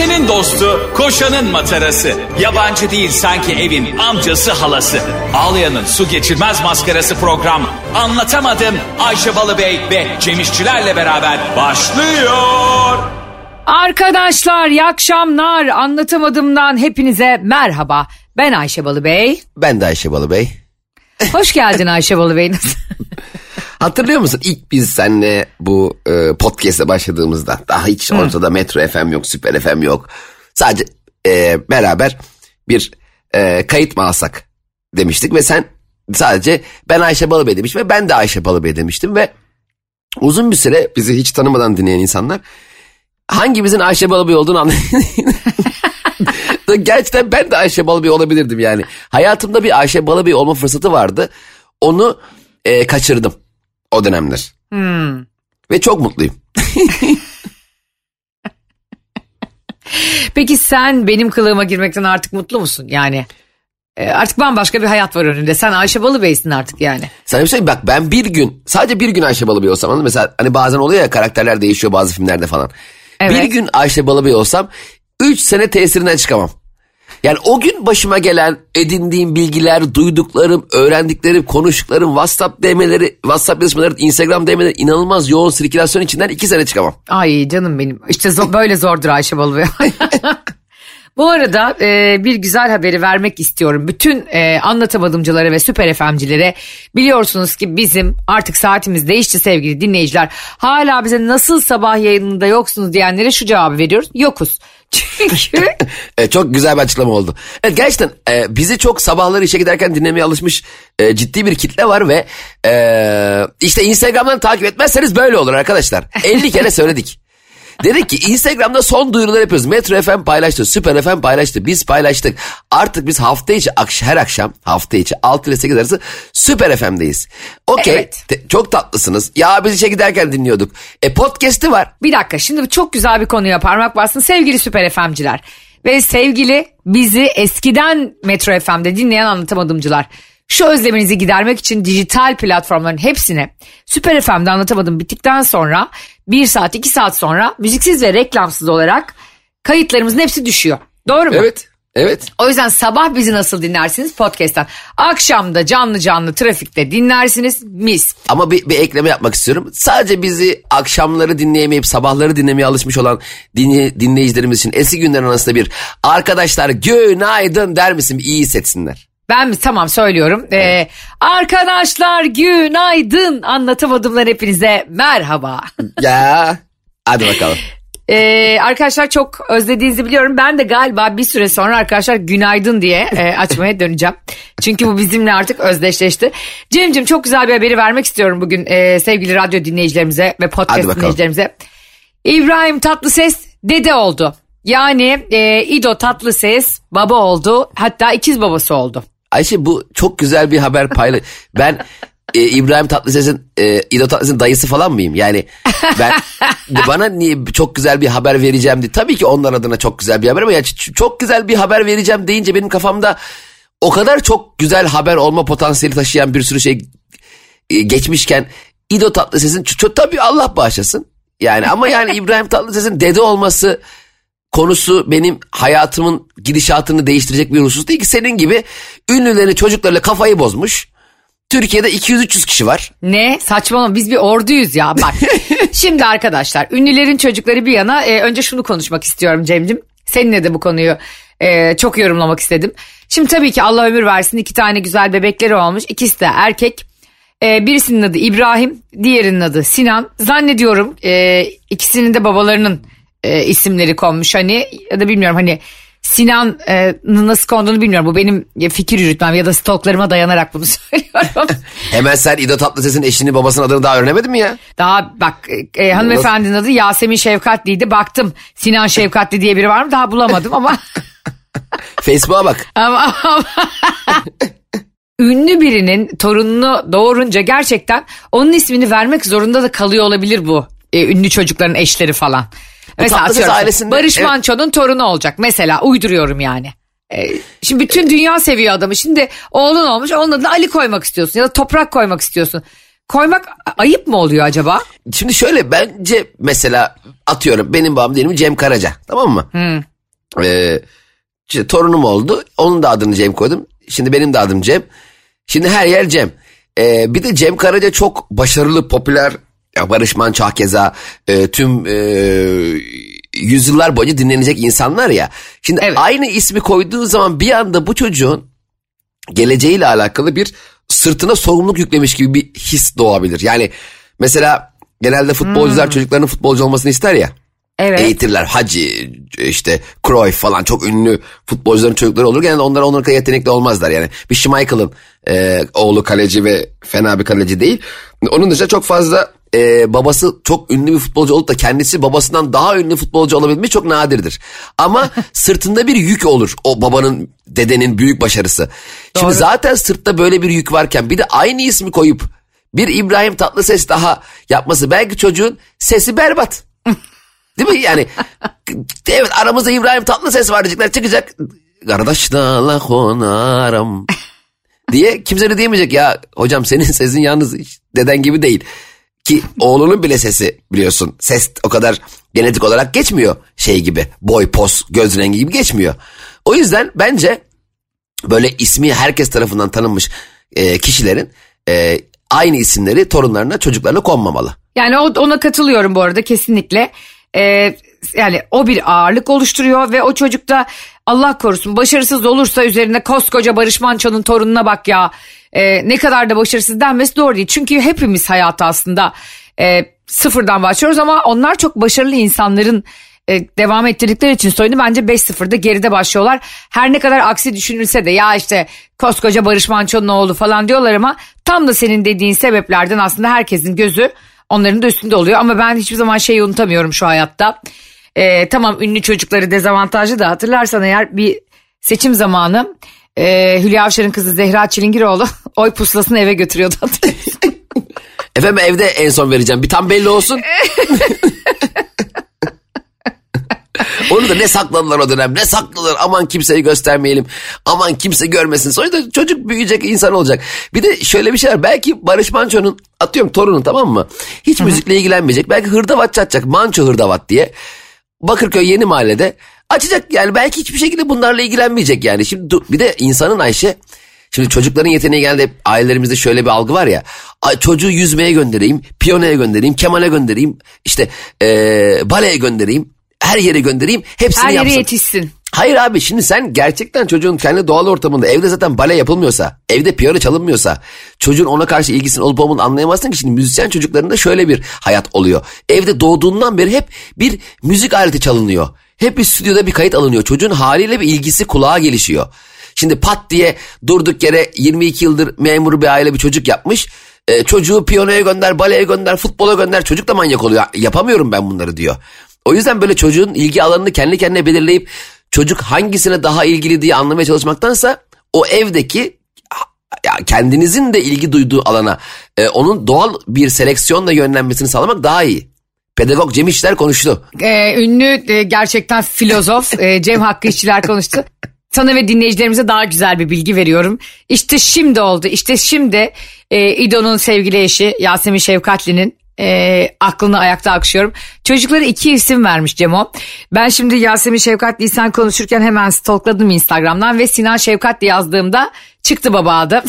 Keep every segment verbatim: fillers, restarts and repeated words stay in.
Ayşe'nin dostu, koşanın matarası. Yabancı değil sanki evin amcası halası. Ağlayan'ın su geçirmez maskarası program. Anlatamadım Ayşe Balıbey ve Cemişçilerle beraber başlıyor. Arkadaşlar iyi akşamlar. Anlatamadımdan hepinize merhaba. Ben Ayşe Balıbey. Ben de Ayşe Balıbey. Hoş geldin Ayşe Balıbey. Hatırlıyor musun ilk biz seninle bu e, podcast'e başladığımızda daha hiç Hı. ortada Metro F M yok, Süper F M yok. Sadece e, beraber bir e, kayıt mı alsak demiştik ve sen sadece ben Ayşe Balıbey demiş ve ben de Ayşe Balıbey demiştim ve uzun bir süre bizi hiç tanımadan dinleyen insanlar hangimizin Ayşe Balıbey olduğunu anlayamadı. Gerçekten ben de Ayşe Balıbey olabilirdim yani. Hayatımda bir Ayşe Balıbey olma fırsatı vardı. Onu e, kaçırdım o dönemler. Hmm. Ve çok mutluyum. Peki sen benim kılığıma girmekten artık mutlu musun? Yani e, artık bambaşka bir hayat var önünde. Sen Ayşe Balıbey'sin artık yani. Sana bir şey bak, ben bir gün sadece bir gün Ayşe Balıbey olsam, mesela hani bazen oluyor ya, karakterler değişiyor bazı filmlerde falan. Evet. Bir gün Ayşe Balıbey olsam üç sene tesirinden çıkamam. Yani o gün başıma gelen, edindiğim bilgiler, duyduklarım, öğrendiklerim, konuştuklarım, WhatsApp D M'leri, WhatsApp yazışmaları, Instagram D M'leri, inanılmaz yoğun sirkülasyon içinden iki sene çıkamam. Ay canım benim. İşte zo- böyle zordur Ayşe Balıbey. Bu arada e, bir güzel haberi vermek istiyorum. Bütün e, anlatamadımcılara ve Süper F M'cilere, biliyorsunuz ki bizim artık saatimiz değişti sevgili dinleyiciler. Hala bize nasıl sabah yayınında yoksunuz diyenlere şu cevabı veriyoruz. Yokuz. Çünkü... evet, çok güzel bir açıklama oldu. Evet, gerçekten e, bizi çok sabahları işe giderken dinlemeye alışmış e, ciddi bir kitle var ve e, işte Instagram'dan takip etmezseniz böyle olur arkadaşlar. elli kere söyledik. Dedik ki Instagram'da son duyurular yapıyoruz. Metro F M paylaştı, Süper F M paylaştı, biz paylaştık. Artık biz hafta içi her akşam hafta içi altı ile sekiz arası Süper F M'deyiz. Okey, evet. Te- çok tatlısınız. Ya biz işe giderken dinliyorduk. E podcast'i var. Bir dakika, şimdi çok güzel bir konuya parmak bastın sevgili Süper F M'ciler. Ve sevgili bizi eskiden Metro F M'de dinleyen anlatamadımcılar. Şu özleminizi gidermek için dijital platformların hepsine Süper F M'de Anlatamadım bittikten sonra bir saat iki saat sonra müziksiz ve reklamsız olarak kayıtlarımızın hepsi düşüyor. Doğru mu? Evet. Evet. O yüzden sabah bizi nasıl dinlersiniz? Podcast'tan. Akşamda canlı canlı trafikte dinlersiniz, mis. Ama bir, bir ekleme yapmak istiyorum. Sadece bizi akşamları dinleyemeyip sabahları dinlemeye alışmış olan dinle, dinleyicilerimiz için eski günlerin arasında bir arkadaşlar günaydın der misin? İyi hissetsinler. Ben mi? Tamam, söylüyorum. Ee, arkadaşlar günaydın. Anlatamadımlar, hepinize merhaba. Ya hadi bakalım. Ee, arkadaşlar çok özlediğinizi biliyorum. Ben de galiba bir süre sonra arkadaşlar günaydın diye e, açmaya döneceğim. Çünkü bu bizimle artık özdeşleşti. Cem'cim çok güzel bir haberi vermek istiyorum bugün e, sevgili radyo dinleyicilerimize ve podcast dinleyicilerimize. İbrahim Tatlıses dede oldu. Yani e, İdo Tatlıses baba oldu. Hatta ikiz babası oldu. Ayşe, bu çok güzel bir haber paylaş. Ben e, İbrahim Tatlıses'in e, İdo Tatlıses'in dayısı falan mıyım? Yani ben bana niye çok güzel bir haber vereceğim diye. Tabii ki onlar adına çok güzel bir haber ama ya çok güzel bir haber vereceğim deyince benim kafamda o kadar çok güzel haber olma potansiyeli taşıyan bir sürü şey e, geçmişken İdo Tatlıses'in çok, tabii Allah bağışlasın. Yani ama yani İbrahim Tatlıses'in dede olması konusu benim hayatımın gidişatını değiştirecek bir husus değil ki. Senin gibi ünlülerin çocuklarıyla kafayı bozmuş. Türkiye'de iki yüz üç yüz kişi var. Ne? Saçmalama, biz bir orduyuz ya bak. Şimdi arkadaşlar, ünlülerin çocukları bir yana e, önce şunu konuşmak istiyorum Cem'cim. Seninle de bu konuyu e, çok yorumlamak istedim. Şimdi tabii ki Allah ömür versin, iki tane güzel bebekleri olmuş. İkisi de erkek. E, birisinin adı İbrahim, diğerinin adı Sinan. Zannediyorum e, ikisinin de babalarının e, isimleri konmuş hani, ya da bilmiyorum hani Sinan'ın e, nasıl konduğunu bilmiyorum. Bu benim fikir yürütmem ya da stoklarıma dayanarak bunu söylüyorum. Hemen sen İdo Tatlıses'in eşini, babasının adını daha öğrenemedin mi ya? Daha bak e, hanımefendinin adı Yasemin Şefkatli'ydi. Baktım Sinan Şefkatli diye biri var mı? Daha bulamadım ama. Facebook'a bak. Ama, ama... Ünlü birinin torununu doğurunca gerçekten onun ismini vermek zorunda da kalıyor olabilir bu e, ünlü çocukların eşleri falan. Mesela atıyorum, Barış evet. Manço'nun torunu olacak mesela, uyduruyorum yani. Ee, şimdi bütün dünya seviyor adamı. Şimdi oğlun olmuş, onun adına Ali koymak istiyorsun ya da Toprak koymak istiyorsun. Koymak ayıp mı oluyor acaba? Şimdi şöyle, bence mesela atıyorum benim babam diyelim Cem Karaca, tamam mı? Hmm. Ee, işte torunum oldu. Onun da adını Cem koydum. Şimdi benim de adım Cem. Şimdi her yer Cem. Ee, bir de Cem Karaca çok başarılı, popüler. Ya Barış Manço keza e, tüm e, yüzyıllar boyunca dinlenecek insanlar ya. Şimdi evet. Aynı ismi koyduğu zaman bir anda bu çocuğun geleceğiyle alakalı bir sırtına sorumluluk yüklemiş gibi bir his doğabilir. Yani mesela genelde futbolcular hmm. çocuklarının futbolcu olmasını ister ya. Evet. Eğitirler. Hacı, işte Cruyff falan çok ünlü futbolcuların çocukları olur. Genelde onlar onlara kadar yetenekli olmazlar. Yani bir Schmeichel'ın e, oğlu kaleci ve fena bir kaleci değil. Onun dışında çok fazla e, babası çok ünlü bir futbolcu olup da kendisi babasından daha ünlü futbolcu olabilmek çok nadirdir. Ama sırtında bir yük olur o babanın, dedenin büyük başarısı. Şimdi Doğru. zaten sırtta böyle bir yük varken bir de aynı ismi koyup bir İbrahim Tatlıses daha yapması, belki çocuğun sesi berbat. Değil mi? Yani evet, aramızda İbrahim Tatlıses var diyecekler, çıkacak. Kardeş dağla konarım diye kimse de diyemeyecek ya hocam senin sesin yalnız deden gibi değil. Ki oğlunun bile sesi biliyorsun. Ses o kadar genetik olarak geçmiyor şey gibi. Boy, pos, göz rengi gibi geçmiyor. O yüzden bence böyle ismi herkes tarafından tanınmış e, kişilerin e, aynı isimleri torunlarına, çocuklarına konmamalı. Yani ona katılıyorum bu arada kesinlikle. Ee, yani o bir ağırlık oluşturuyor ve o çocuk da Allah korusun başarısız olursa üzerine koskoca Barış Manço'nun torununa bak ya e, ne kadar da başarısız denmesi doğru değil. Çünkü hepimiz hayatı aslında e, sıfırdan başlıyoruz ama onlar çok başarılı insanların e, devam ettirdikleri için soyunu bence beş sıfırda geride başlıyorlar. Her ne kadar aksi düşünülse de ya işte koskoca Barış Manço'nun oğlu falan diyorlar ama tam da senin dediğin sebeplerden aslında herkesin gözü onların da üstünde oluyor. Ama ben hiçbir zaman şeyi unutamıyorum şu hayatta. Ee, tamam ünlü çocukları dezavantajlı da hatırlarsan eğer bir seçim zamanı e, Hülya Avşar'ın kızı Zehra Çilingiroğlu oy pusulasını eve götürüyordu. Efendim evde en son vereceğim, bir tam belli olsun. Onu da ne sakladılar o dönem, ne sakladılar, aman kimseyi göstermeyelim, aman kimse görmesin. Sonuçta çocuk büyüyecek, insan olacak. Bir de şöyle bir şey var, belki Barış Manço'nun atıyorum torunu, tamam mı? Hiç Hı-hı. müzikle ilgilenmeyecek, belki hırdavat çatacak, Manço hırdavat diye. Bakırköy Yeni Mahalle'de açacak, yani belki hiçbir şekilde bunlarla ilgilenmeyecek yani. Şimdi bir de insanın Ayşe, şimdi çocukların yeteneği geldi, hep ailelerimizde şöyle bir algı var ya, çocuğu yüzmeye göndereyim, piyanoya göndereyim, kemale göndereyim, işte ee, baleye göndereyim. Her yere göndereyim, hepsini yapsın. Her yere yetişsin. Hayır abi, şimdi sen gerçekten çocuğun kendi doğal ortamında, evde zaten bale yapılmıyorsa, evde piyano çalınmıyorsa, çocuğun ona karşı ilgisinin olup olmadığını anlayamazsın ki. Şimdi müzisyen çocuklarında şöyle bir hayat oluyor. Evde doğduğundan beri hep bir müzik aleti çalınıyor. Hep bir stüdyoda bir kayıt alınıyor. Çocuğun haliyle bir ilgisi kulağa gelişiyor. Şimdi pat diye durduk yere yirmi iki yıldır memur bir aile bir çocuk yapmış. Ee, çocuğu piyanoya gönder, baleye gönder, futbola gönder. Çocuk da manyak oluyor. Yapamıyorum ben bunları diyor. O yüzden böyle çocuğun ilgi alanını kendi kendine belirleyip çocuk hangisine daha ilgili diye anlamaya çalışmaktansa o evdeki ya kendinizin de ilgi duyduğu alana e, onun doğal bir seleksiyonla yönlenmesini sağlamak daha iyi. Pedagog Cem İşçiler konuştu. Ee, ünlü e, gerçekten filozof e, Cem Hakkı İşçiler konuştu. Sana ve dinleyicilerimize daha güzel bir bilgi veriyorum. İşte şimdi oldu. İşte şimdi e, İdo'nun sevgili eşi Yasemin Şevkatli'nin E, aklını ayakta akşıyorum. Çocuklara iki isim vermiş Cemo. Ben şimdi Yasemin Şevkatli sen konuşurken hemen stalkladım Instagram'dan ve Sinan Şevkatli yazdığımda çıktı baba adı.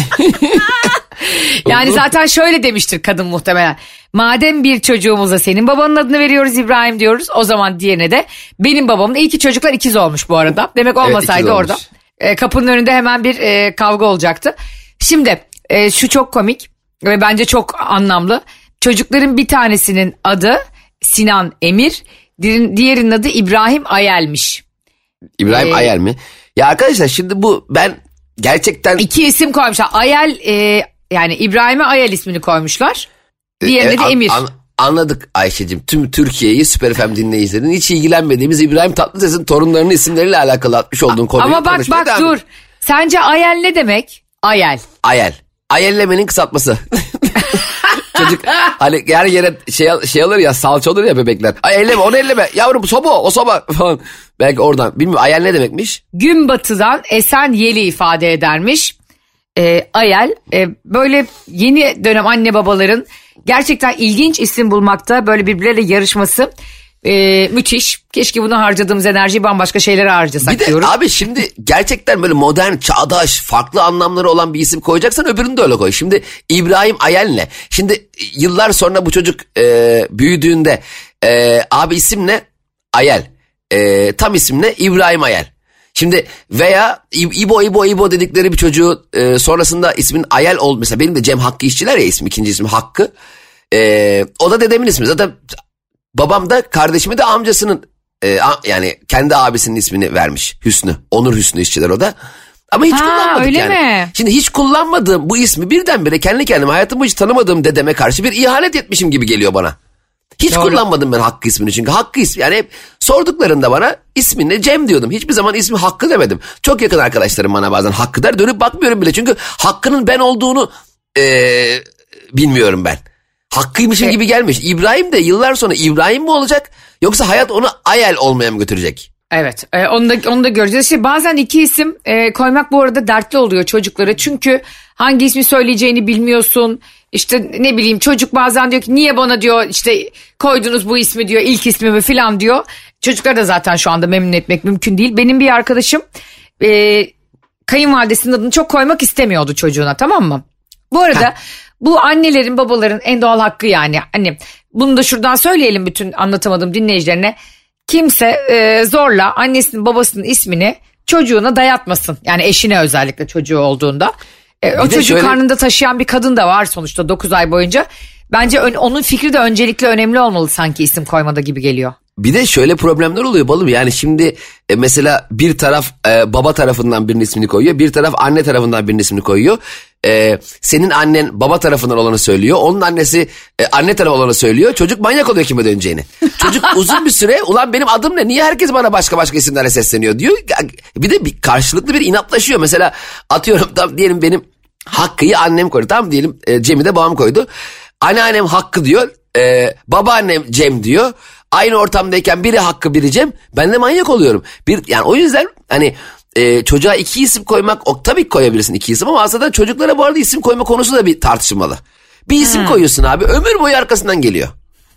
Yani zaten şöyle demiştir kadın muhtemelen. Madem bir çocuğumuza senin babanın adını veriyoruz İbrahim diyoruz, o zaman diğerine de benim babamın. İyi ki çocuklar ikiz olmuş bu arada. Demek olmasaydı evet, orada e, kapının önünde hemen bir e, kavga olacaktı. Şimdi e, şu çok komik ve bence çok anlamlı. Çocukların bir tanesinin adı Sinan Emir, diğerinin adı İbrahim Ayel'miş. İbrahim ee, Ayel mi? Ya arkadaşlar şimdi bu ben gerçekten... İki isim koymuşlar. Ayel e, yani İbrahim'e Ayel ismini koymuşlar. Diğerine evet, de Emir. An, an, anladık Ayşe'cim. Tüm Türkiye'yi Süper F M dinleyicilerinin hiç ilgilenmediğimiz İbrahim Tatlıses'in torunlarının isimleriyle alakalı atmış olduğun konuyu Ama bak bak devam. Dur. Sence Ayel ne demek? Ayel. Ayel. Ayellemenin kısaltması. Çocuk hani her yere şey, şey alır ya, salça olur ya bebekler. Ay elleme onu elleme yavrum, soba o soba falan. Belki oradan bilmiyorum ayel ne demekmiş? Gün batıdan esen yeli ifade edermiş. Ee, ayel e, böyle yeni dönem anne babaların gerçekten ilginç isim bulmakta böyle birbirleriyle yarışması Ee, müthiş. Keşke bunu harcadığımız enerjiyi bambaşka şeylere harcasak bir de diyorum. Abi şimdi gerçekten böyle modern, çağdaş, farklı anlamları olan bir isim koyacaksan öbürünü de öyle koy. Şimdi İbrahim Ayel ne? Şimdi yıllar sonra bu çocuk e, büyüdüğünde e, abi isim ne? Ayel. E, tam isim ne? İbrahim Ayel. Şimdi veya İbo İbo İbo dedikleri bir çocuğu e, sonrasında ismin Ayel oldu. Mesela benim de Cem Hakkı İşçiler ya ismi, ikinci ismi Hakkı. E, o da dedemin ismi. Zaten babam da kardeşime de amcasının e, a, yani kendi abisinin ismini vermiş. Hüsnü. Onur Hüsnü İşçiler o da. Ama hiç Ha, kullanmadık öyle yani. mi? Şimdi hiç kullanmadığım bu ismi birdenbire kendi kendime hayatım boyunca tanımadığım dedeme karşı bir ihanet etmişim gibi geliyor bana. Hiç Doğru. kullanmadım ben Hakkı ismini çünkü Hakkı ismi yani hep sorduklarında bana ismin ne Cem diyordum. Hiçbir zaman ismi Hakkı demedim. Çok yakın arkadaşlarım bana bazen Hakkı der, dönüp bakmıyorum bile çünkü Hakkı'nın ben olduğunu ee, bilmiyorum ben. Hakkıymışım E- gibi gelmiş. İbrahim de yıllar sonra İbrahim mi olacak yoksa hayat onu Ayel olmaya mı götürecek? Evet, e, onu da onu da göreceğiz. İşte bazen iki isim e, koymak bu arada dertli oluyor çocuklara. Çünkü hangi ismi söyleyeceğini bilmiyorsun. İşte ne bileyim çocuk bazen diyor ki niye bana diyor işte koydunuz bu ismi diyor, ilk ismimi falan diyor. Çocukları da zaten şu anda memnun etmek mümkün değil. Benim bir arkadaşım e, kayınvalidesinin adını çok koymak istemiyordu çocuğuna, tamam mı? Bu arada bu annelerin babaların en doğal hakkı yani. Hani bunu da şuradan söyleyelim bütün anlatamadığım dinleyicilerine. Kimse e, zorla annesinin babasının ismini çocuğuna dayatmasın. Yani eşine, özellikle çocuğu olduğunda. E, o de çocuğu şöyle- karnında taşıyan bir kadın da var sonuçta dokuz ay boyunca. Bence ön- onun fikri de öncelikle önemli olmalı sanki isim koymada gibi geliyor. Bir de şöyle problemler oluyor balım yani şimdi e, mesela bir taraf e, baba tarafından birinin ismini koyuyor, bir taraf anne tarafından birinin ismini koyuyor. E, senin annen baba tarafından olanı söylüyor, onun annesi e, anne tarafı olanı söylüyor, çocuk manyak oluyor kime döneceğini. Çocuk uzun bir süre ulan benim adım ne, niye herkes bana başka başka isimlerle sesleniyor diyor. Bir de bir karşılıklı bir inatlaşıyor mesela, atıyorum tam diyelim benim Hakkı'yı annem koydu, tam diyelim e, Cem'i de babam koydu. Anneannem Hakkı diyor, e, babaannem Cem diyor. Aynı ortamdayken biri Hakkı biri Cem, ben de manyak oluyorum. Bir yani o yüzden hani e, çocuğa iki isim koymak, o tabii ki koyabilirsin iki isim ama aslında çocuklara bu arada isim koyma konusu da bir tartışılmalı. Bir isim hmm. koyuyorsun abi, ömür boyu arkasından geliyor.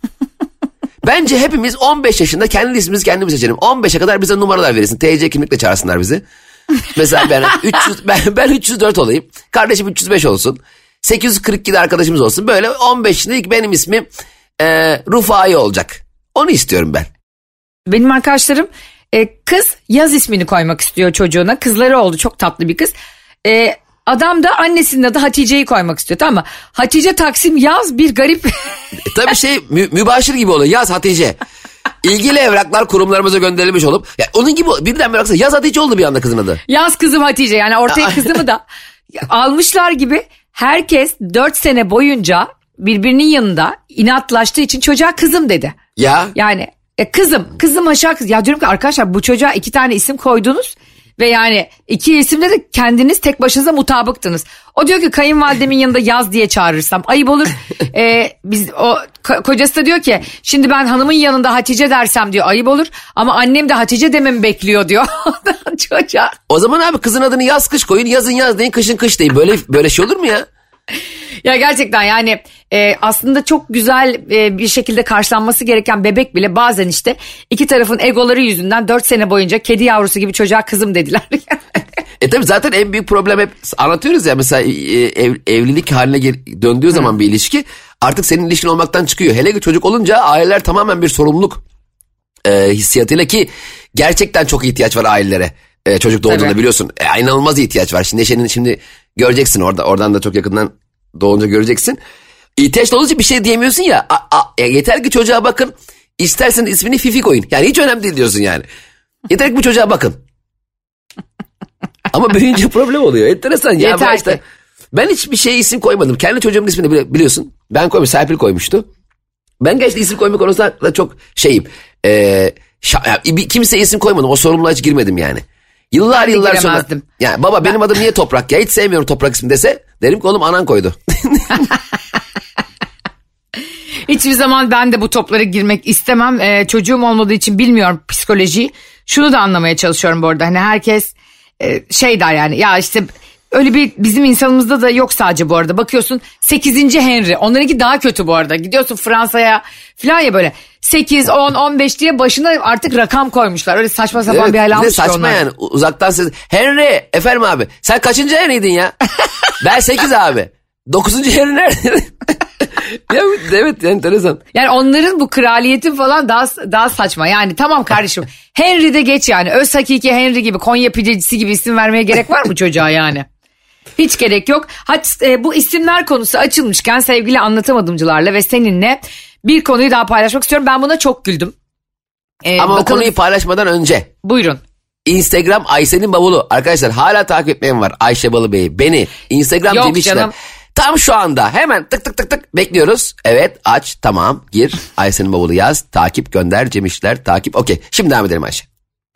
Bence hepimiz on beş yaşında kendi ismimizi kendimiz seçelim. on beşe kadar bize numaralar verirsin. T C kimlikle çağırsınlar bizi. Mesela ben üç yüz ben, ben üç yüz dört olayım. Kardeşim üç yüz beş olsun. sekiz yüz kırk iki arkadaşımız olsun. Böyle on beş yaşında ilk benim ismim e, Rufai olacak. Onu istiyorum ben. Benim arkadaşlarım e, kız yaz ismini koymak istiyor çocuğuna. Kızları oldu, çok tatlı bir kız. E, adam da annesinin adı Hatice'yi koymak istiyor, tamam mı? Hatice Taksim yaz bir garip. E, tabii şey mü, mübaşir gibi oluyor. Yaz Hatice. İlgili evraklar kurumlarımıza gönderilmiş olup ya onun gibi birden bir yaz Hatice oldu bir anda kızın adı. Yaz kızım Hatice, yani ortaya kızımı da almışlar gibi. Herkes dört sene boyunca birbirinin yanında inatlaştığı için çocuğa kızım dedi. Ya. Yani e, kızım, kızım aşağı kız. Ya diyorum ki arkadaşlar bu çocuğa iki tane isim koydunuz ve yani iki isimde de kendiniz tek başınıza mutabıktınız. O diyor ki kayınvalidemin yanında yaz diye çağırırsam ayıp olur. E, biz o ko- kocası da diyor ki şimdi ben hanımın yanında Hatice dersem diyor ayıp olur ama annem de Hatice dememi bekliyor diyor. Çocuğa. O zaman abi kızın adını yaz kış koyun, yazın yaz deyin, kışın kış deyin. Böyle böyle şey olur mu ya? Ya gerçekten yani e, aslında çok güzel e, bir şekilde karşılanması gereken bebek bile bazen işte iki tarafın egoları yüzünden dört sene boyunca kedi yavrusu gibi çocuğa kızım dediler. E tabii zaten en büyük problem hep anlatıyoruz ya mesela e, ev, evlilik haline gel- döndüğü zaman bir ilişki artık senin ilişkin olmaktan çıkıyor. Hele ki çocuk olunca aileler tamamen bir sorumluluk e, hissiyatıyla, ki gerçekten çok ihtiyaç var ailelere. E, çocuk doğduğunda Tabii. biliyorsun e, inanılmaz ihtiyaç var. Şimdi Neşe'nin şimdi göreceksin orada, oradan da çok yakından doğunca göreceksin. İhtiyaç olunca bir şey diyemiyorsun ya. A, a, ya yeter ki çocuğa bakın. İstersen ismini Fifi koyun. Yani hiç önemli değil diyorsun yani. Yeter ki bu çocuğa bakın. Ama büyüyünce problem oluyor. Enteresan ya. Yeter Ben, işte, ki. ben hiçbir şey isim koymadım. Kendi çocuğumun ismini bile, biliyorsun. Ben koymuş, Serpil koymuştu. Ben gerçekten isim koyma konusunda da çok şeyim. Ee, şa, yani, kimse isim koymadım. O sorumluluğa hiç girmedim yani. Yıllar Ben de yıllar sonra. giremezdim. Yani baba benim adım niye Toprak ya? Hiç sevmiyorum Toprak ismi dese. Derim ki oğlum anan koydu. Hiçbir zaman ben de bu toplara girmek istemem. Ee, çocuğum olmadığı için bilmiyorum psikolojiyi. Şunu da anlamaya çalışıyorum bu arada. Hani herkes e, şey der yani ya işte öyle bir bizim insanımızda da yok sadece bu arada. Bakıyorsun sekizinci Henry. Onlarınki daha kötü bu arada. Gidiyorsun Fransa'ya falan ya böyle sekiz, on, on beş diye başına artık rakam koymuşlar. Öyle saçma sapan Evet, bir hal almış saçma onlar. yani uzaktan ses. Henry efendim abi sen kaçıncı Henry'ydin ya? Ben sekiz abi. dokuzuncu Henry nerede? Ya, evet enteresan. Yani onların bu kraliyetin falan daha daha saçma. Yani tamam kardeşim Henry de geç yani. Öz hakiki Henry gibi Konya pidecisi gibi isim vermeye gerek var mı çocuğa yani? Hiç gerek yok. Hatta e, bu isimler konusu açılmışken sevgili anlatamadımcılarla ve seninle bir konuyu daha paylaşmak istiyorum. Ben buna çok güldüm. Ee, Ama bakalım... o konuyu paylaşmadan önce. Buyurun. Instagram Ayşe'nin bavulu. Arkadaşlar hala takip etmeyen var Ayşe Balıbey'i. Beni Instagram Yok demişler. canım. Tam şu anda hemen tık tık tık tık bekliyoruz. Evet aç tamam gir Ayşe'nin bavulu yaz takip gönder Cem İşçiler takip okey. Şimdi devam edelim Ayşe.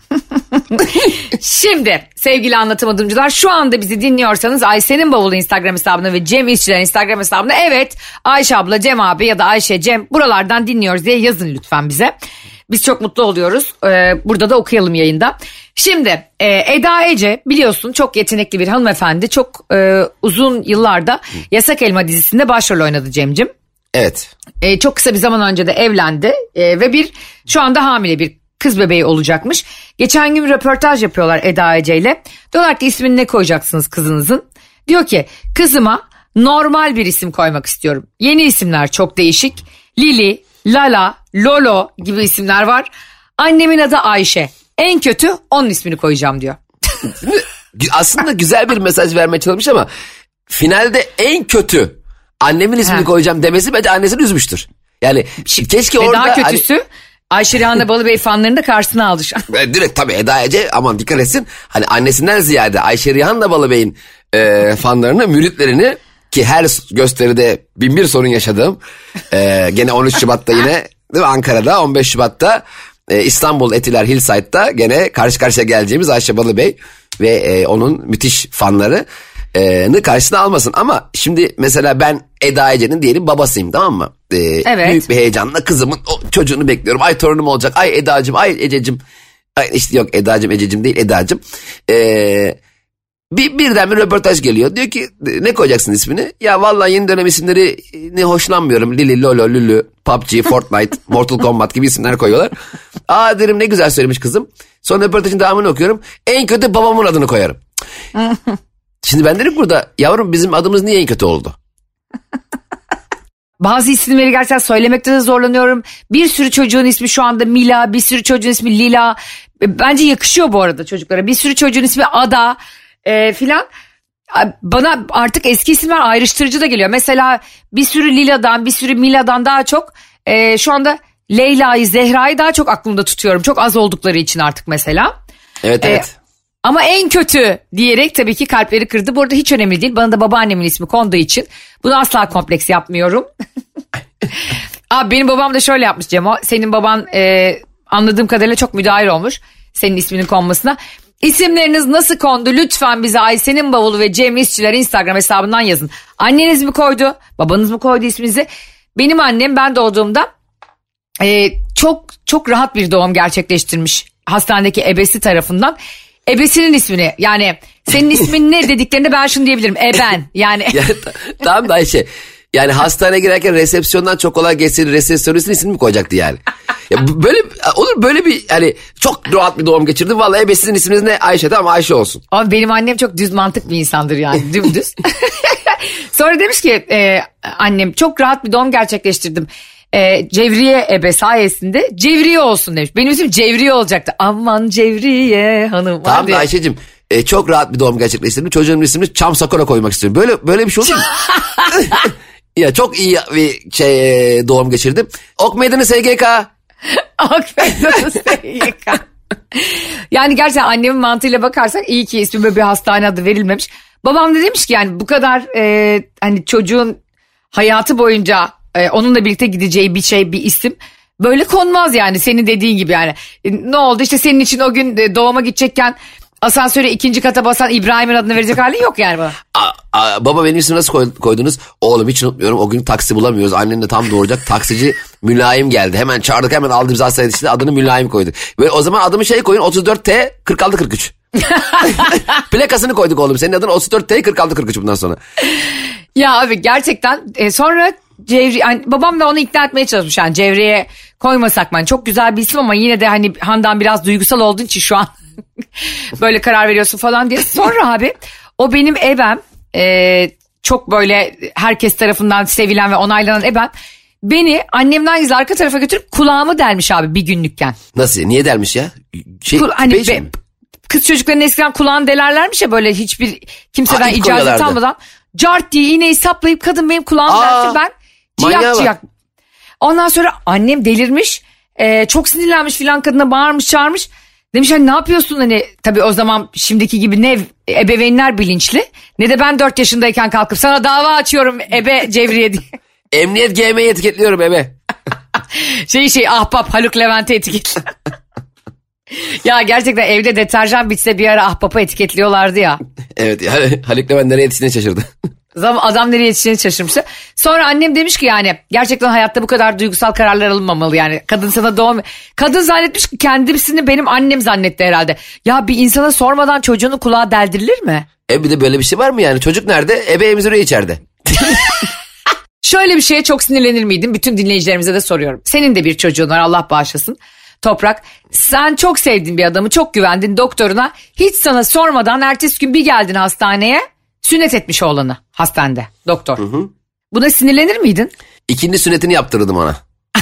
Şimdi sevgili anlatamadımcılar şu anda bizi dinliyorsanız Ayşe'nin bavulu Instagram hesabına ve Cem İşçilerin Instagram hesabına evet Ayşe abla Cem abi ya da Ayşe Cem buralardan dinliyoruz diye yazın lütfen bize. Biz çok mutlu oluyoruz. Ee, burada da okuyalım yayında. Şimdi e, Eda Ece biliyorsun çok yetenekli bir hanımefendi. Çok e, uzun yıllarda Yasak Elma dizisinde başrol oynadı Cem'cim. Evet. E, çok kısa bir zaman önce de evlendi e, ve bir şu anda hamile bir kız bebeği olacakmış. Geçen gün bir röportaj yapıyorlar Eda Ece ile. Diyorlar ki ismini ne koyacaksınız kızınızın? Diyor ki kızıma normal bir isim koymak istiyorum. Yeni isimler çok değişik. Lili, Lala, Lolo gibi isimler var. Annemin adı Ayşe. En kötü onun ismini koyacağım diyor. Aslında güzel bir mesaj vermeye çalışmış ama finalde en kötü annemin ismini He. koyacağım demesi bence annesini üzmüştür. Yani keşke Ve orada... daha kötüsü hani... Ayşe Rihanna Balıbey fanlarını da karşısına aldı şu an. Direkt tabii Eda Ece aman dikkat etsin. Hani annesinden ziyade Ayşe Rihanna Balıbey'in e, fanlarını, müritlerini ki her gösteride bin bir sorun yaşadığım e, gene on üç Şubat'ta yine değil mi Ankara'da on beş Şubat'ta e, İstanbul Etiler Hillside'da gene karşı karşıya geleceğimiz Ayşe Balıbey ve e, onun müthiş fanları e, karşısına almasın. Ama şimdi mesela ben Eda Ece'nin diyelim babasıyım tamam mı? E, Evet. Büyük bir heyecanla kızımın o çocuğunu bekliyorum. Ay torunum olacak. Ay Eda'cığım, ay Ececiğim. Ay işte yok Eda'cığım, Ececiğim değil Eda'cığım. Eee... Bir, birden bir röportaj geliyor. Diyor ki ne koyacaksın ismini? Ya vallahi yeni dönem isimleri ne hoşlanmıyorum. Lili, Lolo, Lulu, P U B G, Fortnite, Mortal Kombat gibi isimler koyuyorlar. Aa derim ne güzel söylemiş kızım. Sonra röportajın devamını okuyorum. En kötü babamın adını koyarım. Şimdi ben derim burada yavrum bizim adımız niye en kötü oldu? Bazı isimleri gerçekten söylemekte de zorlanıyorum. Bir sürü çocuğun ismi şu anda Mila, bir sürü çocuğun ismi Lila. Bence yakışıyor bu arada çocuklara. Bir sürü çocuğun ismi Ada e, filan. Bana artık eski isimler ayrıştırıcı da geliyor. Mesela bir sürü Lila'dan, bir sürü Mila'dan daha çok e, şu anda Leyla'yı, Zehra'yı daha çok aklımda tutuyorum. Çok az oldukları için artık mesela. Evet evet. E, Ama en kötü diyerek tabii ki kalpleri kırdı. Bu arada hiç önemli değil. Bana da babaannemin ismi konduğu için bunu asla kompleks yapmıyorum. Abi benim babam da şöyle yapmış Cemo. Senin baban e, anladığım kadarıyla çok müdahil olmuş senin isminin konmasına. İsimleriniz nasıl kondu lütfen bize Ayşe'nin bavulu ve Cem İşçiler Instagram hesabından yazın. Anneniz mi koydu? Babanız mı koydu isminizi? Benim annem ben doğduğumda e, çok çok rahat bir doğum gerçekleştirmiş hastanedeki ebesi tarafından. Ebesinin ismini yani senin ismin ne dediklerinde ben şunu diyebilirim. Eben yani. yani tamam da Ayşe yani hastaneye girerken resepsiyondan çok kolay geçseydi resepsiyonistin ismini mi koyacaktı yani? Ya böyle olur böyle bir hani çok rahat bir doğum geçirdim. Vallahi ebesinin isminiz ne Ayşe tamam Ayşe olsun. Ama benim annem çok düz mantık bir insandır yani dümdüz. Sonra demiş ki e, annem çok rahat bir doğum gerçekleştirdim. E, Cevriye ebe sayesinde Cevriye olsun demiş. Benim isim Cevriye olacaktı. Aman Cevriye hanım. Tamam da Ayşe'cim e, çok rahat bir doğum gerçekleştirdim. Çocuğumun ismini Çam Sakura koymak istiyorum. Böyle böyle bir şey olur mu? Ya çok iyi bir şey doğum geçirdim. Ok Meydanı S G K. Ok Meydanı S G K. Yani gerçekten annemin mantığıyla bakarsak iyi ki ismime bir hastane adı verilmemiş. Babam da demiş ki yani bu kadar e, hani çocuğun hayatı boyunca e, onunla birlikte gideceği bir şey bir isim böyle konmaz yani senin dediğin gibi yani. E, ne oldu işte senin için o gün e, doğuma gidecekken asansöre ikinci kata basan İbrahim'in adını verecek halin yok yani bana. A, a, baba benim ismimi nasıl koy, koydunuz? Oğlum hiç unutmuyorum o gün taksi bulamıyoruz. Annen de tam doğuracak. Taksici Mülayim geldi. Hemen çağırdık hemen aldı bizi hastaneye işte adını Mülayim koyduk. Böyle o zaman adımı şey koyun otuz dört T kırk altı kırk üç. Plakasını koyduk oğlum. Senin adın otuz dört T kırk altı kırk üç bundan sonra. Ya abi gerçekten e, sonra Cevri, yani babam da onu ikna etmeye çalışmış. Yani Cevriye koymasak mı? Yani çok güzel bir isim ama yine de hani Handan biraz duygusal olduğun için şu an böyle karar veriyorsun falan diye. Sonra abi o benim ebem, e, çok böyle herkes tarafından sevilen ve onaylanan ebem, beni annemden gizli arka tarafa götürüp kulağımı delmiş abi bir günlükken. Nasıl? Niye delmiş ya? Şey, Kul- hani be, kız çocukların eskiden kulağını delerlermiş ya, böyle hiçbir kimseden ip icazet koyuyorlardı. almadan. Cart diye iğneyi saplayıp kadın benim kulağımı deldi. Ben ciyak ciyak. Ondan sonra annem delirmiş. E, çok sinirlenmiş filan, kadına bağırmış çağırmış. Demiş hani ne yapıyorsun, hani tabii o zaman şimdiki gibi ne ebeveynler bilinçli ne de ben dört yaşındayken kalkıp sana dava açıyorum ebe Cevriye diye. Emniyet G M'yi etiketliyorum ebe. şey şey ahbap Haluk Levent'e etiketli. Ya gerçekten evde deterjan bitse bir ara ahbapa etiketliyorlardı ya. Evet yani Haluk Levent nereye yetiştiğini şaşırdı. Adam nereye yetiştiğini şaşırmıştı. Sonra annem demiş ki yani gerçekten hayatta bu kadar duygusal kararlar alınmamalı yani. Kadın sana doğum... Kadın zannetmiş ki kendisini benim annem zannetti herhalde. Ya bir insana sormadan çocuğunun kulağı deldirilir mi? E bir de böyle bir şey var mı yani? Çocuk nerede? Ebe emziriyor içeride. Şöyle bir şeye çok sinirlenir miydin? Bütün dinleyicilerimize de soruyorum. Senin de bir çocuğun var, Allah bağışlasın. Toprak, sen çok sevdiğin bir adamı, çok güvendin doktoruna. Hiç sana sormadan ertesi gün bir geldin hastaneye, sünnet etmiş oğlanı hastanede doktor. Hı hı. Buna sinirlenir miydin? İkinci sünnetini yaptırdım ona.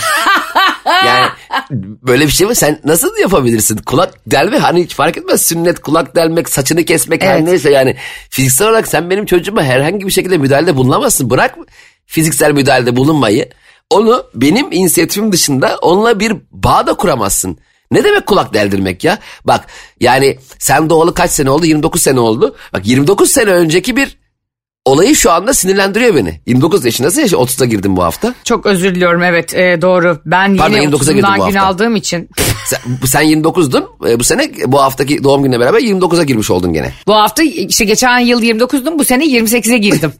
Yani böyle bir şey mi? Sen nasıl yapabilirsin? Kulak delme hani hiç fark etmez. Sünnet, kulak delmek, saçını kesmek, evet. Her neyse yani. Fiziksel olarak sen benim çocuğuma herhangi bir şekilde müdahalede bulunamazsın. Bırak fiziksel müdahalede bulunmayı. Onu benim inisiyatifim dışında onunla bir bağ da kuramazsın. Ne demek kulak deldirmek ya? Bak yani sen doğalı kaç sene oldu? yirmi dokuz sene oldu. Bak yirmi dokuz sene önceki bir olayı şu anda sinirlendiriyor beni. yirmi dokuz yaşındasın ya, otuzda girdim bu hafta. Çok özür diliyorum, evet e, doğru. Ben Pardon, yine otuzundan gün aldığım için. Sen, sen yirmi dokuzdun bu sene, bu haftaki doğum gününe beraber yirmi dokuza girmiş oldun gene. Bu hafta işte geçen yıl yirmi dokuzdum, bu sene yirmi sekize girdim.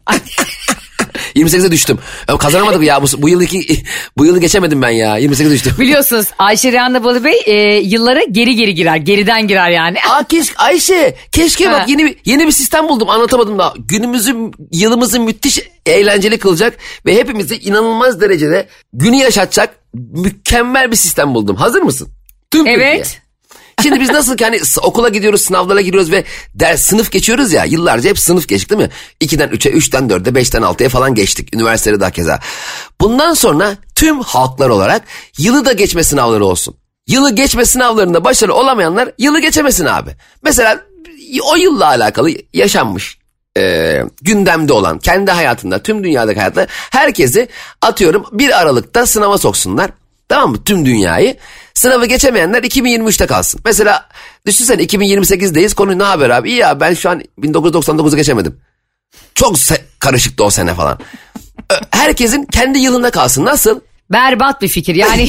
yirmi sekize düştüm. Kazanamadık ya bu, bu yıl iki, bu yılı geçemedim ben ya. yirmi sekize düştüm. Biliyorsunuz Ayşe Rihanna Balıbey e, yıllara geri geri girer. Geriden girer yani. Aa keşke Ayşe keşke bak yeni yeni bir sistem buldum, anlatamadım da. Günümüzü, yılımızı müthiş eğlenceli kılacak ve hepimizi inanılmaz derecede günü yaşatacak mükemmel bir sistem buldum. Hazır mısın? Tüm evet. Türkiye. Şimdi biz nasıl ki hani okula gidiyoruz, sınavlara giriyoruz ve ders, sınıf geçiyoruz ya, yıllarca hep sınıf geçtik değil mi? ikiden üçe, üçten dörde, beşten altıya falan geçtik. Üniversitede daha keza. Bundan sonra tüm halklar olarak yılı da geçme sınavları olsun. Yılı geçme sınavlarında başarılı olamayanlar yılı geçemesin abi. Mesela o yılla alakalı yaşanmış, e, gündemde olan, kendi hayatında, tüm dünyadaki hayatta herkesi atıyorum bir Aralık'ta sınava soksunlar. Tamam mı? Tüm dünyayı. Sınavı geçemeyenler iki bin yirmi üçte kalsın. Mesela düşünsene iki bin yirmi sekizdeyiz. Konu ne haber abi? İyi ya ben şu an bin dokuz yüz doksan dokuzu geçemedim. Çok se- karışıktı o sene falan. Herkesin kendi yılında kalsın. Nasıl? Berbat bir fikir yani.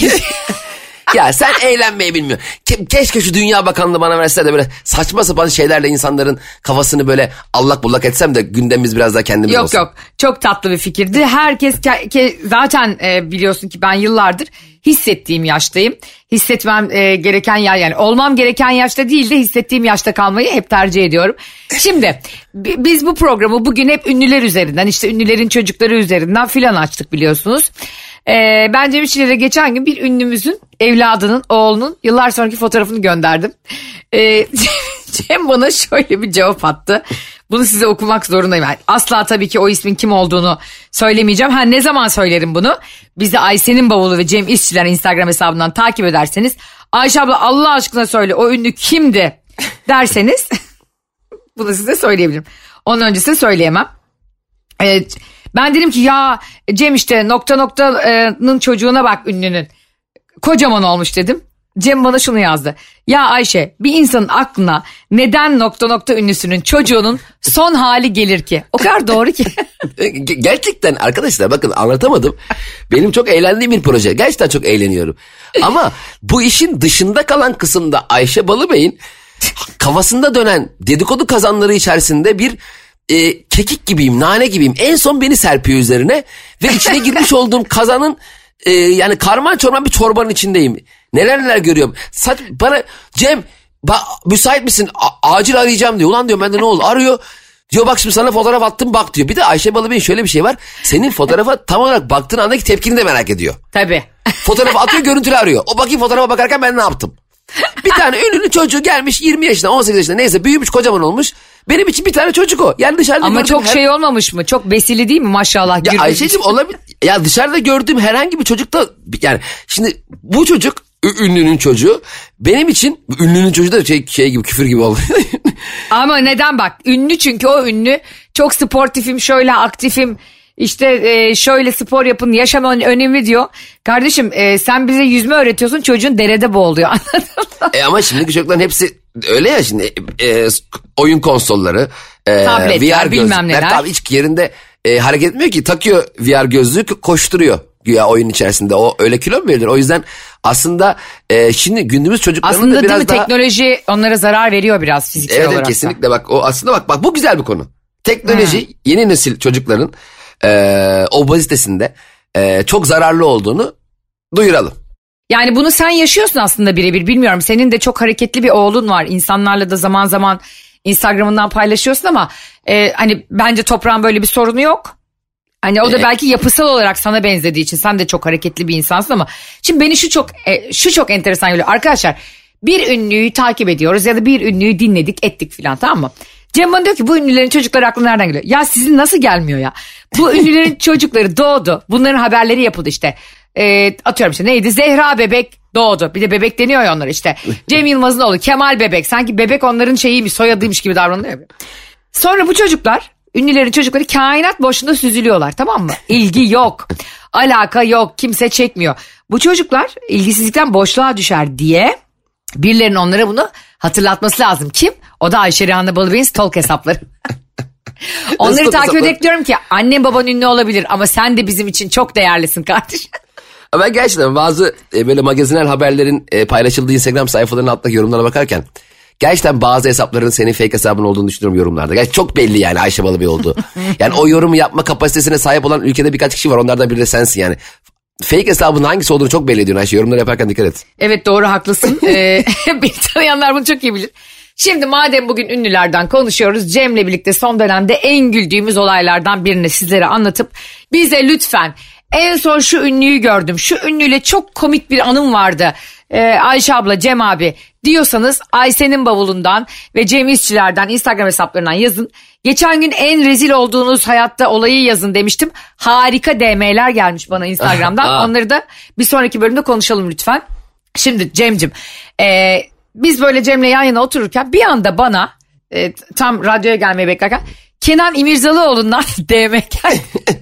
Ya sen eğlenmeyi bilmiyorsun. Ke- keşke şu Dünya Bakanlığı bana verse de böyle saçma sapan şeylerle insanların kafasını böyle allak bullak etsem de gündemimiz biraz daha kendimiz yok, olsun. Yok yok, çok tatlı bir fikirdi. Herkes ke- ke- zaten e, biliyorsun ki ben yıllardır hissettiğim yaştayım. Hissetmem e, gereken yer, yani olmam gereken yaşta değil de hissettiğim yaşta kalmayı hep tercih ediyorum. Şimdi b- biz bu programı bugün hep ünlüler üzerinden, işte ünlülerin çocukları üzerinden filan açtık biliyorsunuz. Ee, ben Cem İşçiler'e geçen gün bir ünlümüzün evladının, oğlunun yıllar sonraki fotoğrafını gönderdim. Ee, Cem bana şöyle bir cevap attı. Bunu size okumak zorundayım. Yani asla tabii ki o ismin kim olduğunu söylemeyeceğim. Ha, ne zaman söylerim bunu? Bizi Ayşe'nin bavulu ve Cem İşçiler Instagram hesabından takip ederseniz, Ayşe abla Allah aşkına söyle o ünlü kimdi derseniz bunu size söyleyebilirim. Onun öncesini söyleyemem. Evet. Ben dedim ki ya Cem işte nokta noktanın çocuğuna bak ünlünün. Kocaman olmuş dedim. Cem bana şunu yazdı. Ya Ayşe, bir insanın aklına neden nokta nokta ünlüsünün çocuğunun son hali gelir ki? O kadar doğru ki. Gerçekten arkadaşlar bakın anlatamadım. Benim çok eğlendiğim bir proje. Gerçekten çok eğleniyorum. Ama bu işin dışında kalan kısımda Ayşe Balıbey'in kafasında dönen dedikodu kazanları içerisinde bir e, kekik gibiyim, nane gibiyim. En son beni serpiyor üzerine ve içine girmiş olduğum kazanın e, yani karman çorman bir çorbanın içindeyim. Neler neler görüyorum. Saç, bana Cem Ba- müsait misin? A- acil arayacağım diyor. Ulan diyor ben de ne oldu? Arıyor. Diyor bak şimdi sana fotoğraf attım bak diyor. Bir de Ayşe Balıbey'in şöyle bir şey var. Senin fotoğrafa tam olarak baktığın andaki tepkini de merak ediyor. Tabii. Fotoğrafı atıyor, görüntülü arıyor. O bakayım fotoğrafa bakarken ben ne yaptım? Bir tane ünlünün çocuğu gelmiş yirmi yaşında on sekiz yaşında neyse büyümüş kocaman olmuş. Benim için bir tane çocuk o. Yani dışarıda ama çok her... şey olmamış mı? Çok besili değil mi maşallah? Ya Ayşe'cim olabilir. Ya dışarıda gördüğüm herhangi bir çocukta yani şimdi bu çocuk ünlünün çocuğu benim için ünlünün çocuğu da şey, şey gibi küfür gibi oldu. Ama neden bak ünlü çünkü o ünlü çok sportifim şöyle aktifim. İşte e, şöyle spor yapın yaşam önemli diyor. Kardeşim e, sen bize yüzme öğretiyorsun çocuğun derede boğuluyor anladın mı? E ama şimdiki çocukların hepsi öyle ya şimdi e, oyun konsolları, e, tabletler, V R bilmem gözlükler neler. tabii hiç yerinde e, hareket etmiyor ki takıyor V R gözlüğü koşturuyor güya oyun içerisinde o öyle kilo mu verilir? O yüzden aslında e, şimdi günümüz çocuklarının aslında da biraz değil mi, daha... teknoloji onlara zarar veriyor biraz fiziksel evet, olarak. Evet kesinlikle bak o aslında bak bak bu güzel bir konu. Teknoloji hmm. yeni nesil çocukların e, obezitesinde e, çok zararlı olduğunu duyuralım. Yani bunu sen yaşıyorsun aslında birebir bilmiyorum. Senin de çok hareketli bir oğlun var. İnsanlarla da zaman zaman Instagram'ından paylaşıyorsun ama e, hani bence Toprağın böyle bir sorunu yok. Hani o da belki yapısal olarak sana benzediği için sen de çok hareketli bir insansın ama şimdi beni şu çok e, şu çok enteresan geliyor. Arkadaşlar bir ünlüyü takip ediyoruz ya da bir ünlüyü dinledik ettik filan tamam mı? Cem bana diyor ki bu ünlülerin çocukları aklına nereden geliyor? Ya sizin nasıl gelmiyor ya? Bu ünlülerin çocukları doğdu. Bunların haberleri yapıldı işte. E, atıyorum işte neydi? Zehra bebek doğdu. Bir de bebek deniyor ya onlara işte. Cem Yılmaz'ın oğlu Kemal bebek. Sanki bebek onların şeyiymiş soyadıymış gibi davranıyor. Sonra bu çocuklar ünlülerin çocukları kainat boşluğunda süzülüyorlar tamam mı? İlgi yok. Alaka yok. Kimse çekmiyor. Bu çocuklar ilgisizlikten boşluğa düşer diye birilerinin onlara bunu hatırlatması lazım. Kim? O da Ayşe Rihanna Balıbey'in stalk hesapları. Onları takip ederek diyorum ki annem baban ünlü olabilir ama sen de bizim için çok değerlisin kardeşim. Ben gerçekten bazı e, böyle magazinel haberlerin e, paylaşıldığı Instagram sayfalarının altındaki yorumlara bakarken gerçekten bazı hesapların senin fake hesabın olduğunu düşünüyorum yorumlarda. Gerçekten çok belli yani Ayşe Balıbey olduğu. Yani o yorumu yapma kapasitesine sahip olan ülkede birkaç kişi var. Onlardan biri de sensin yani. Fake hesabın hangisi olduğunu çok belli ediyorsun Ayşe. Yorumları yaparken dikkat et. Evet doğru haklısın. ee, beni tanıyanlar bunu çok iyi bilir. Şimdi madem bugün ünlülerden konuşuyoruz Cem'le birlikte son dönemde en güldüğümüz olaylardan birini sizlere anlatıp bize lütfen en son şu ünlüyü gördüm. Şu ünlüyle çok komik bir anım vardı. Ee, Ayşe abla, Cem abi diyorsanız Ayşe'nin bavulundan ve Cem İşçilerden Instagram hesaplarından yazın. Geçen gün en rezil olduğunuz hayatta olayı yazın demiştim. Harika D M'ler gelmiş bana Instagram'dan. Onları da bir sonraki bölümde konuşalım lütfen. Şimdi Cem'cim e, biz böyle Cem'le yan yana otururken bir anda bana e, tam radyoya gelmeyi beklerken Kenan İmirzalıoğlu'ndan D M geldi.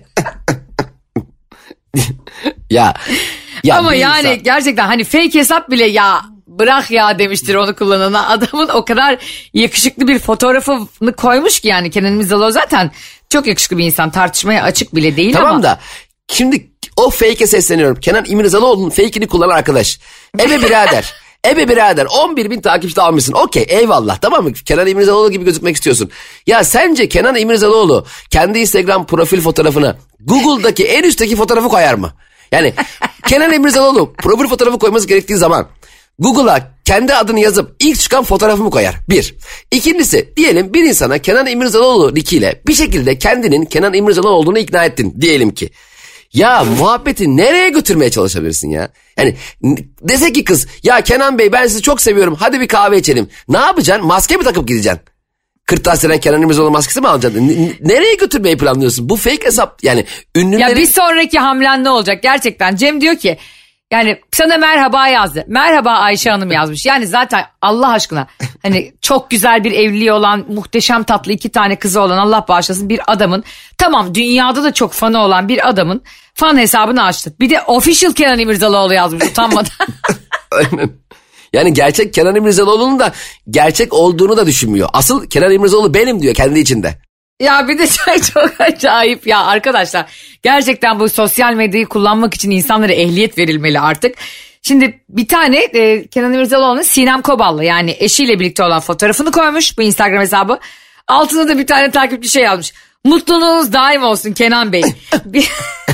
ya, ya ama yani insan... gerçekten hani fake hesap bile ya bırak ya demiştir onu kullanana. Adamın o kadar yakışıklı bir fotoğrafını koymuş ki yani Kenan İmirzalıoğlu zaten çok yakışıklı bir insan, tartışmaya açık bile değil tamam ama. Tamam da şimdi o fake'e sesleniyorum. Kenan İmirzalıoğlu'nun fake'ini kullanan arkadaş. Ebe birader. Ebe birader on bir bin takipçi almışsın. Okey eyvallah tamam mı? Kenan İmirzalıoğlu gibi gözükmek istiyorsun. Ya sence Kenan İmirzalıoğlu kendi Instagram profil fotoğrafına Google'daki en üstteki fotoğrafı koyar mı? Yani Kenan İmirzalıoğlu profil fotoğrafı koyması gerektiği zaman Google'a kendi adını yazıp ilk çıkan fotoğrafı mı koyar? Bir. İkincisi diyelim bir insana Kenan İmirzalıoğlu nickiyle bir şekilde kendinin Kenan İmirzalıoğlu olduğunu ikna ettin diyelim ki. Ya muhabbeti nereye götürmeye çalışabilirsin ya? Yani dese ki kız ya Kenan Bey ben sizi çok seviyorum hadi bir kahve içelim. Ne yapacaksın? Maske mi takıp gideceksin? Kırtasiye'den Kenan İmirzalıoğlu maskesi mi alacaksın? N- nereye götürmeyi planlıyorsun? Bu fake hesap yani ünlülerin... Ya bir sonraki hamlen ne olacak gerçekten? Cem diyor ki yani sana merhaba yazdı. Merhaba Ayşe Hanım yazmış. Yani zaten Allah aşkına hani çok güzel bir evliliği olan muhteşem tatlı iki tane kızı olan Allah bağışlasın bir adamın tamam dünyada da çok fanı olan bir adamın fan hesabını açtı. Bir de official Kenan İmirzalıoğlu yazmış utanmadan. Aynen. Yani gerçek Kenan İmirzalıoğlu'nun da gerçek olduğunu da düşünmüyor. Asıl Kenan İmirzalıoğlu benim diyor kendi içinde. Ya bir de şey çok acayip ya arkadaşlar. Gerçekten bu sosyal medyayı kullanmak için insanlara ehliyet verilmeli artık. Şimdi bir tane e, Kenan İmirzalıoğlu'nun Sinem Kobal'la yani eşiyle birlikte olan fotoğrafını koymuş bu Instagram hesabı. Altına da bir tane takipçi şey yazmış. Mutluluğunuz daim olsun Kenan Bey.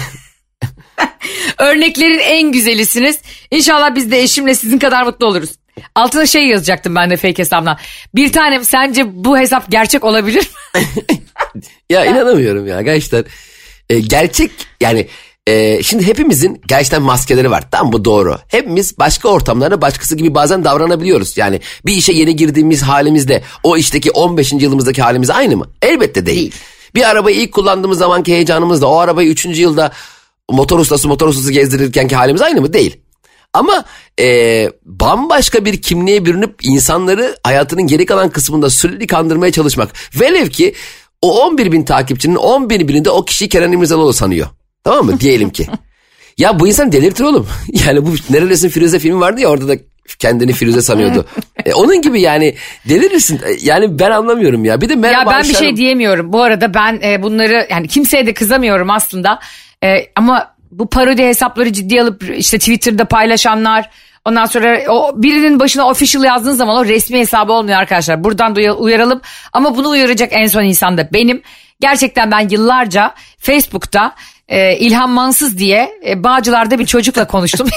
Örneklerin en güzelisiniz. İnşallah biz de eşimle sizin kadar mutlu oluruz. Altına şey yazacaktım ben de fake hesabından. Bir tanem sence bu hesap gerçek olabilir mi? Ya inanamıyorum ya gerçekten. Ee, gerçek yani e, şimdi hepimizin gerçekten maskeleri var. Tam bu doğru. Hepimiz başka ortamlarda başkası gibi bazen davranabiliyoruz. Yani bir işe yeni girdiğimiz halimizde o işteki on beşinci yılımızdaki halimiz aynı mı? Elbette değil. değil. Bir arabayı ilk kullandığımız zamanki heyecanımızla o arabayı üçüncü yılda motor ustası motor ustası gezdirirkenki halimiz aynı mı? Değil. Ama e, bambaşka bir kimliğe bürünüp insanları hayatının geri kalan kısmında sürekli kandırmaya çalışmak. Velev ki o on bir bin takipçinin on bir bini de o kişiyi Kenan İmirzalıoğlu sanıyor. Tamam mı? Diyelim ki. Ya bu insan delirtir oğlum. Yani bu Nerelisin Firuze filmi vardı ya, orada da kendini Firuze sanıyordu. e, onun gibi yani delirirsin. Yani ben anlamıyorum ya. Bir de merhaba. Ya ben aşağı... bir şey diyemiyorum. Bu arada ben e, bunları yani kimseye de kızamıyorum aslında. E, ama bu parodi hesapları ciddiye alıp işte Twitter'da paylaşanlar, ondan sonra o birinin başına official yazdığın zaman o resmi hesabı olmuyor arkadaşlar. Buradan da uyaralım. Ama bunu uyaracak en son insan da benim. Gerçekten ben yıllarca Facebook'ta e, İlhan Mansız diye e, Bağcılar'da bir çocukla konuştum.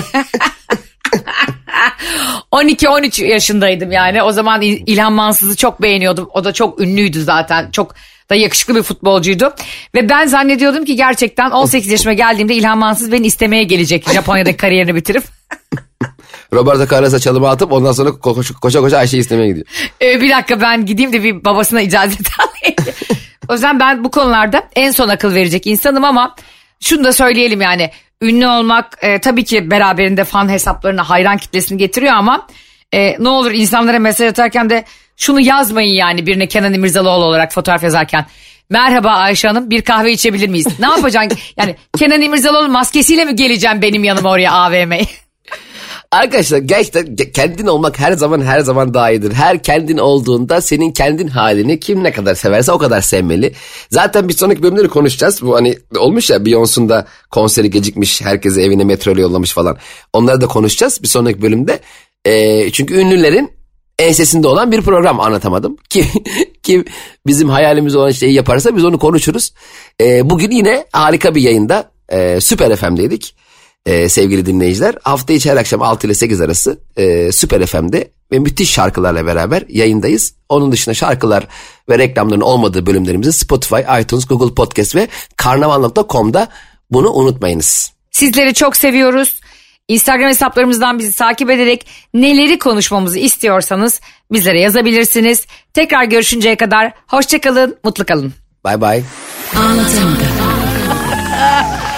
on iki on üç yaşındaydım yani. O zaman İlhan Mansız'ı çok beğeniyordum. O da çok ünlüydü zaten. Çok da yakışıklı bir futbolcuydu. Ve ben zannediyordum ki gerçekten on sekiz yaşıma geldiğimde İlhan Mansız beni istemeye gelecek. Japonya'daki kariyerini bitirip. Roberto Carlos'a çalımı atıp ondan sonra koşa koşa, koşa Ayşe'yi istemeye gidiyor. Ee, bir dakika ben gideyim de bir babasına icazet alayım. O yüzden ben bu konularda en son akıl verecek insanım ama şunu da söyleyelim yani. Ünlü olmak e, tabii ki beraberinde fan hesaplarına hayran kitlesini getiriyor ama e, ne olur insanlara mesaj atarken de şunu yazmayın yani birine Kenan İmirzalıoğlu olarak fotoğraf yazarken. Merhaba Ayşe Hanım, bir kahve içebilir miyiz? Ne yapacaksın? Yani Kenan İmirzalıoğlu maskesiyle mi geleceğim benim yanıma oraya A V M'ye? Arkadaşlar gerçekten kendin olmak her zaman her zaman daha iyidir. Her kendin olduğunda senin kendin halini kim ne kadar severse o kadar sevmeli. Zaten bir sonraki bölümleri konuşacağız. Bu hani olmuş ya, Beyoncé'un da konseri gecikmiş, herkese evine metroyla yollamış falan. Onları da konuşacağız bir sonraki bölümde. Ee, çünkü ünlülerin ensesinde olan bir program anlatamadım. Kim, kim bizim hayalimiz olan şeyi yaparsa biz onu konuşuruz. Ee, bugün yine harika bir yayında e, Süper F M'deydik. Ee, sevgili dinleyiciler, hafta içi her akşam altı ile sekiz arası e, Süper F M'de ve müthiş şarkılarla beraber yayındayız. Onun dışında şarkılar ve reklamların olmadığı bölümlerimizi Spotify, iTunes, Google Podcast ve karnaval nokta com'da bunu unutmayınız. Sizleri çok seviyoruz. Instagram hesaplarımızdan bizi takip ederek neleri konuşmamızı istiyorsanız bizlere yazabilirsiniz. Tekrar görüşünceye kadar hoşça kalın, mutlu kalın. Bye bye. Anlatamadım.